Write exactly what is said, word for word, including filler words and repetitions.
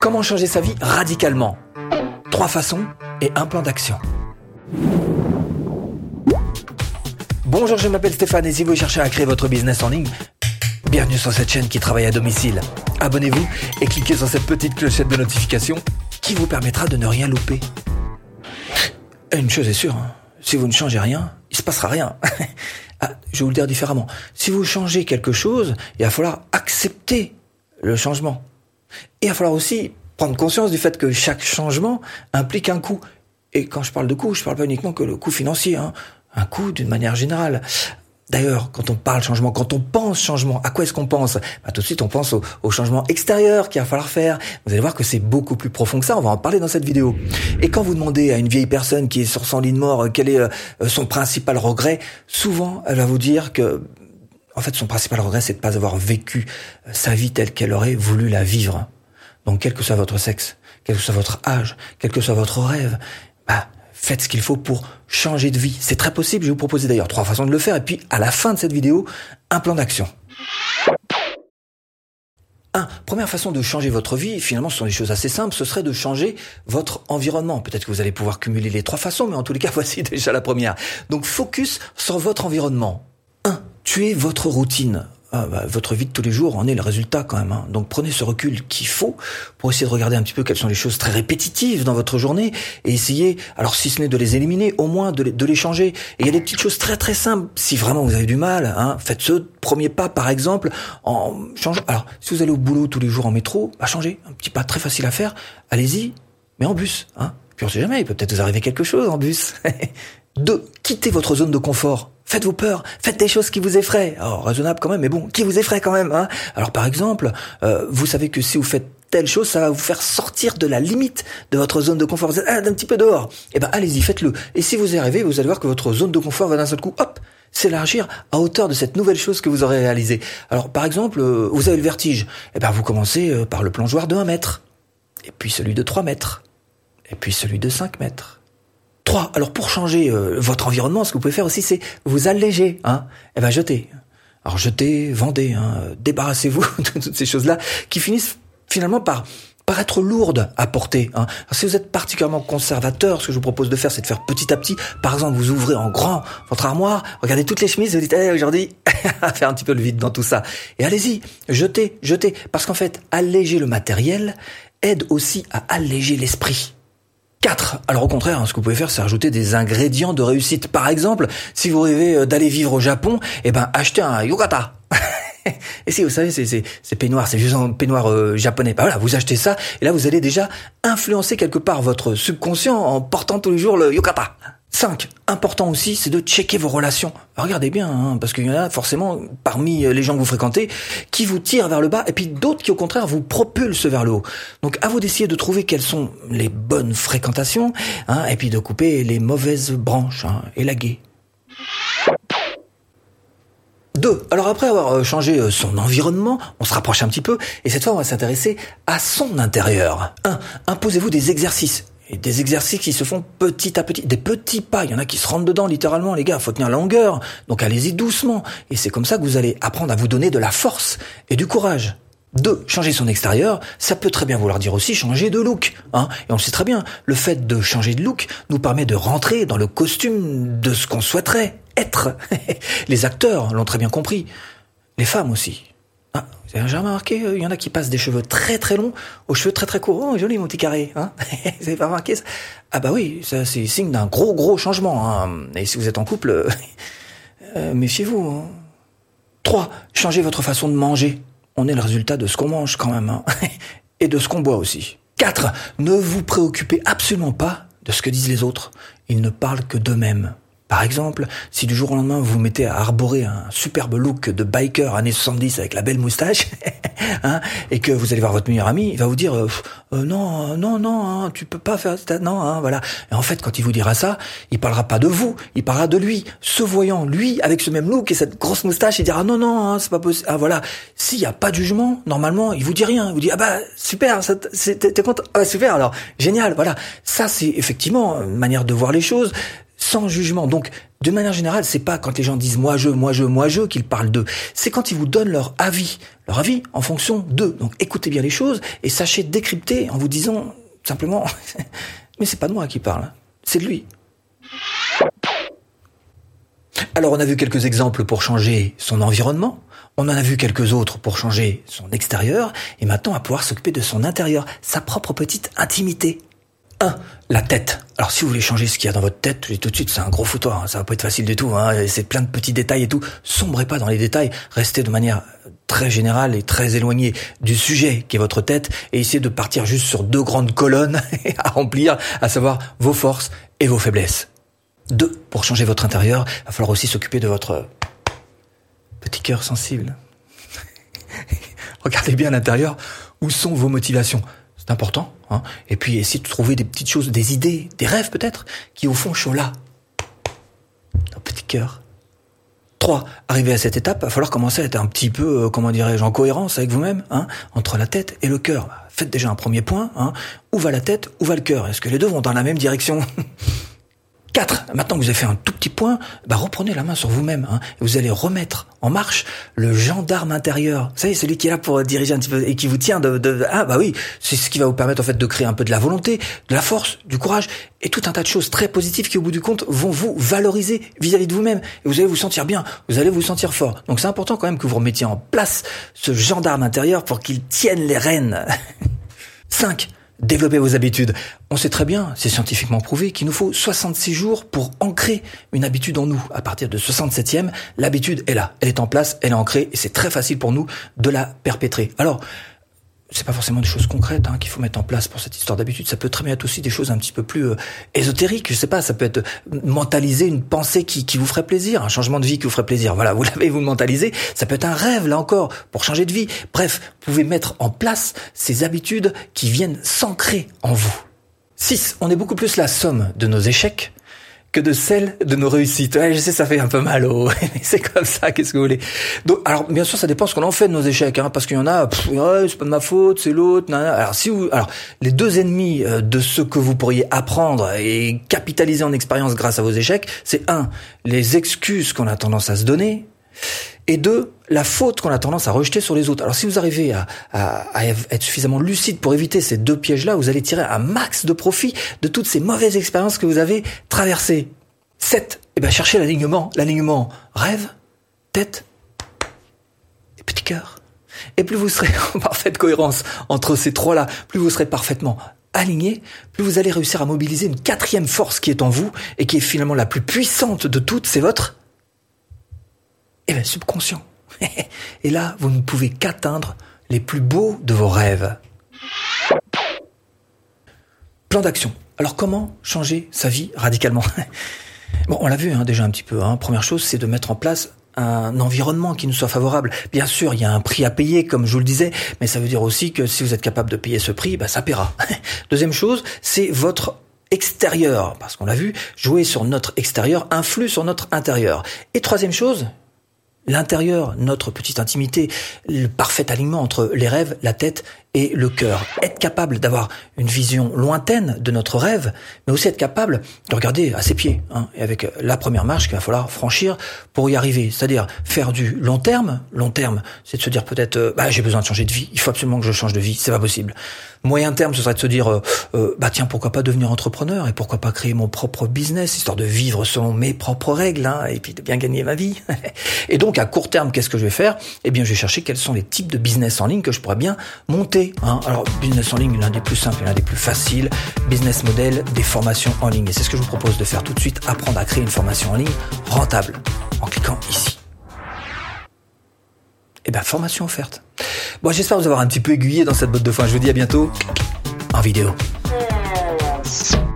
Comment changer sa vie radicalement? Trois façons et un plan d'action. Bonjour, je m'appelle Stéphane et si vous cherchez à créer votre business en ligne, bienvenue sur cette chaîne qui travaille à domicile. Abonnez-vous et cliquez sur cette petite clochette de notification qui vous permettra de ne rien louper. Et une chose est sûre, hein, si vous ne changez rien, il se passera rien. Ah, je vais vous le dire différemment. Si vous changez quelque chose, il va falloir accepter le changement. Et il va falloir aussi prendre conscience du fait que chaque changement implique un coût. Et quand je parle de coût, je parle pas uniquement que le coût financier, hein. Un coût d'une manière générale. D'ailleurs, quand on parle changement, quand on pense changement, à quoi est-ce qu'on pense? Bah, tout de suite, on pense au, au changement extérieur qu'il va falloir faire. Vous allez voir que c'est beaucoup plus profond que ça. On va en parler dans cette vidéo. Et quand vous demandez à une vieille personne qui est sur son lit de mort quel est euh, son principal regret, souvent, elle va vous dire que, en fait, son principal regret, c'est de pas avoir vécu sa vie telle qu'elle aurait voulu la vivre. Donc, quel que soit votre sexe, quel que soit votre âge, quel que soit votre rêve, bah, faites ce qu'il faut pour changer de vie. C'est très possible. Je vais vous proposer d'ailleurs trois façons de le faire. Et puis, à la fin de cette vidéo, un plan d'action. Un, première façon de changer votre vie, finalement, ce sont des choses assez simples, ce serait de changer votre environnement. Peut-être que vous allez pouvoir cumuler les trois façons, mais en tous les cas, voici déjà la première. Donc, focus sur votre environnement. Un, tuez votre routine. Ah bah, votre vie de tous les jours en est le résultat quand même, hein. Donc prenez ce recul qu'il faut pour essayer de regarder un petit peu quelles sont les choses très répétitives dans votre journée et essayez, alors si ce n'est de les éliminer, au moins de les, de les changer. Et il y a des petites choses très très simples. Si vraiment vous avez du mal, hein, faites ce premier pas par exemple en changeant. Alors si vous allez au boulot tous les jours en métro, bah changez. Un petit pas très facile à faire. Allez-y, mais en bus, hein. Puis on sait jamais, il peut peut-être vous arriver quelque chose en bus. Deux, quittez votre zone de confort. Faites-vous peur, faites des choses qui vous effraient. Alors, raisonnable quand même, mais bon, qui vous effraient quand même, hein. Alors, par exemple, euh, vous savez que si vous faites telle chose, ça va vous faire sortir de la limite de votre zone de confort. Vous êtes ah, un petit peu dehors. Eh ben, allez-y, faites-le. Et si vous y arrivez, vous allez voir que votre zone de confort va d'un seul coup, hop, s'élargir à hauteur de cette nouvelle chose que vous aurez réalisée. Alors, par exemple, euh, vous avez le vertige. Eh ben, vous commencez euh, par le plongeoir de un mètre. Et puis celui de trois mètres. Et puis celui de cinq mètres. Trois. Alors pour changer euh, votre environnement, ce que vous pouvez faire aussi, c'est vous alléger, hein. Eh ben jetez. Alors jetez, vendez, hein. Débarrassez-vous de toutes ces choses-là qui finissent finalement par par être lourdes à porter, hein. Alors, si vous êtes particulièrement conservateur, ce que je vous propose de faire, c'est de faire petit à petit. Par exemple, vous ouvrez en grand votre armoire, regardez toutes les chemises, vous dites hey, aujourd'hui, faire un petit peu le vide dans tout ça. Et allez-y, jetez, jetez, parce qu'en fait, alléger le matériel aide aussi à alléger l'esprit. Quatre. Alors au contraire, hein, ce que vous pouvez faire, c'est rajouter des ingrédients de réussite. Par exemple, si vous rêvez d'aller vivre au Japon, eh ben achetez un yukata. Et si vous savez, c'est c'est c'est peignoir, c'est juste un peignoir euh, japonais. Ben voilà, vous achetez ça et là vous allez déjà influencer quelque part votre subconscient en portant tous les jours le yukata. Cinq. Important aussi, c'est de checker vos relations. Regardez bien, hein, parce qu'il y en a forcément parmi les gens que vous fréquentez qui vous tirent vers le bas et puis d'autres qui au contraire vous propulsent vers le haut. Donc à vous d'essayer de trouver quelles sont les bonnes fréquentations, hein, et puis de couper les mauvaises branches, hein, élaguer. Deux. Alors après avoir changé son environnement, on se rapproche un petit peu et cette fois on va s'intéresser à son intérieur. Un. Imposez-vous des exercices. Et des exercices qui se font petit à petit, des petits pas. Il y en a qui se rentrent dedans littéralement, les gars. Faut tenir la longueur. Donc allez-y doucement. Et c'est comme ça que vous allez apprendre à vous donner de la force et du courage. Deux, changer son extérieur, ça peut très bien vouloir dire aussi changer de look, hein. Et on le sait très bien, le fait de changer de look nous permet de rentrer dans le costume de ce qu'on souhaiterait être. Les acteurs l'ont très bien compris. Les femmes aussi. Ah, vous avez jamais remarqué, il euh, y en a qui passent des cheveux très très longs aux cheveux très très courts. Oh, joli mon petit carré, hein. Vous avez pas remarqué ça? Ah bah oui, ça c'est signe d'un gros gros changement, hein. Et si vous êtes en couple, euh, méfiez-vous, hein. Trois, changez votre façon de manger. On est le résultat de ce qu'on mange quand même, hein. Et de ce qu'on boit aussi. Quatre, ne vous préoccupez absolument pas de ce que disent les autres. Ils ne parlent que d'eux-mêmes. Par exemple, si du jour au lendemain vous vous mettez à arborer un superbe look de biker années soixante-dix avec la belle moustache, hein, et que vous allez voir votre meilleur ami, il va vous dire euh, euh, non, non, non, hein, tu peux pas faire ça, non, hein, voilà. Et en fait, quand il vous dira ça, il parlera pas de vous, il parlera de lui. Se voyant lui avec ce même look et cette grosse moustache, il dira non, non, hein, c'est pas possible. Ah voilà. S'il y a pas de jugement, normalement, il vous dit rien. Il vous dit ah bah super, ça, c'est, t'es, t'es content, ah super, alors génial, voilà. Ça c'est effectivement une manière de voir les choses. sans jugement. Donc, de manière générale, c'est pas quand les gens disent moi je, moi je, moi je qu'ils parlent d'eux. C'est quand ils vous donnent leur avis, leur avis en fonction d'eux. Donc, écoutez bien les choses et sachez décrypter en vous disant simplement, mais c'est pas de moi qui parle, c'est de lui. Alors, on a vu quelques exemples pour changer son environnement. On en a vu quelques autres pour changer son extérieur. Et maintenant, on va pouvoir s'occuper de son intérieur, sa propre petite intimité. un. La tête. Alors, si vous voulez changer ce qu'il y a dans votre tête, je dis tout de suite, c'est un gros foutoir. Hein. Ça va pas être facile du tout. Hein. C'est plein de petits détails et tout. Sombrez pas dans les détails. Restez de manière très générale et très éloignée du sujet qui est votre tête et essayez de partir juste sur deux grandes colonnes à remplir, à savoir vos forces et vos faiblesses. deux. Pour changer votre intérieur, il va falloir aussi s'occuper de votre petit cœur sensible. Regardez bien à l'intérieur où sont vos motivations. C'est important. Hein. Et puis, essayez de trouver des petites choses, des idées, des rêves peut-être, qui au fond sont là. Dans le petit cœur. trois. Arrivé à cette étape, il va falloir commencer à être un petit peu, euh, comment dirais-je, en cohérence avec vous-même, hein, entre la tête et le cœur. Faites déjà un premier point. Hein. Où va la tête, où va le cœur? Est-ce que les deux vont dans la même direction? quatre. Maintenant que vous avez fait un tout petit point, bah reprenez la main sur vous-même. Hein, et vous allez remettre en marche le gendarme intérieur. Vous savez, celui qui est là pour diriger un petit peu et qui vous tient de... de ah bah oui, c'est ce qui va vous permettre en fait de créer un peu de la volonté, de la force, du courage et tout un tas de choses très positives qui au bout du compte vont vous valoriser vis-à-vis de vous-même. Et vous allez vous sentir bien, vous allez vous sentir fort. Donc c'est important quand même que vous remettiez en place ce gendarme intérieur pour qu'il tienne les rênes. cinq. Développer vos habitudes. On sait très bien, c'est scientifiquement prouvé, qu'il nous faut soixante-six jours pour ancrer une habitude en nous. À partir de soixante-septième, l'habitude est là, elle est en place, elle est ancrée, et c'est très facile pour nous de la perpétrer. Alors, c'est pas forcément des choses concrètes hein, qu'il faut mettre en place pour cette histoire d'habitude. Ça peut très bien être aussi des choses un petit peu plus euh, ésotériques. Je sais pas, ça peut être mentaliser une pensée qui, qui vous ferait plaisir, un changement de vie qui vous ferait plaisir. Voilà, vous l'avez, vous le mentalisez. Ça peut être un rêve, là encore, pour changer de vie. Bref, vous pouvez mettre en place ces habitudes qui viennent s'ancrer en vous. six. On est beaucoup plus la somme de nos échecs que de celle de nos réussites. Ouais, je sais, ça fait un peu mal, oh, mais c'est comme ça, qu'est-ce que vous voulez. Donc, alors, bien sûr, ça dépend ce qu'on en fait de nos échecs, hein, parce qu'il y en a, pff, ouais, c'est pas de ma faute, c'est l'autre, nanana. Alors, si vous, alors, les deux ennemis de ce que vous pourriez apprendre et capitaliser en expérience grâce à vos échecs, c'est un, les excuses qu'on a tendance à se donner, et deux, la faute qu'on a tendance à rejeter sur les autres. Alors si vous arrivez à, à, à être suffisamment lucide pour éviter ces deux pièges-là, vous allez tirer un max de profit de toutes ces mauvaises expériences que vous avez traversées. sept. Eh ben, cherchez l'alignement. L'alignement rêve, tête et petit cœur. Et plus vous serez en parfaite cohérence entre ces trois-là, plus vous serez parfaitement aligné, plus vous allez réussir à mobiliser une quatrième force qui est en vous et qui est finalement la plus puissante de toutes, c'est votre Eh bien, subconscient. Et là, vous ne pouvez qu'atteindre les plus beaux de vos rêves. Plan d'action. Alors, comment changer sa vie radicalement? Bon, on l'a vu hein, déjà un petit peu. Hein. Première chose, c'est de mettre en place un environnement qui nous soit favorable. Bien sûr, il y a un prix à payer, comme je vous le disais, mais ça veut dire aussi que si vous êtes capable de payer ce prix, bah, ça paiera. Deuxième chose, c'est votre extérieur. Parce qu'on l'a vu, jouer sur notre extérieur influe sur notre intérieur. Et troisième chose, l'intérieur, notre petite intimité, le parfait alignement entre les rêves, la tête et le cœur. Être capable d'avoir une vision lointaine de notre rêve, mais aussi être capable de regarder à ses pieds, hein, et avec la première marche qu'il va falloir franchir pour y arriver. C'est-à-dire faire du long terme. Long terme, c'est de se dire peut-être, euh, bah j'ai besoin de changer de vie. Il faut absolument que je change de vie. C'est pas possible. Moyen terme, ce serait de se dire, euh, euh, bah tiens, pourquoi pas devenir entrepreneur et pourquoi pas créer mon propre business, histoire de vivre selon mes propres règles, hein, et puis de bien gagner ma vie. Et donc à court terme, qu'est-ce que je vais faire? Eh bien, je vais chercher quels sont les types de business en ligne que je pourrais bien monter. Hein. Alors, business en ligne, l'un des plus simples et l'un des plus faciles. Business model, des formations en ligne. Et c'est ce que je vous propose de faire tout de suite, apprendre à créer une formation en ligne rentable en cliquant ici. Eh bien, formation offerte. Bon, j'espère vous avoir un petit peu aiguillé dans cette botte de foin. Je vous dis à bientôt en vidéo.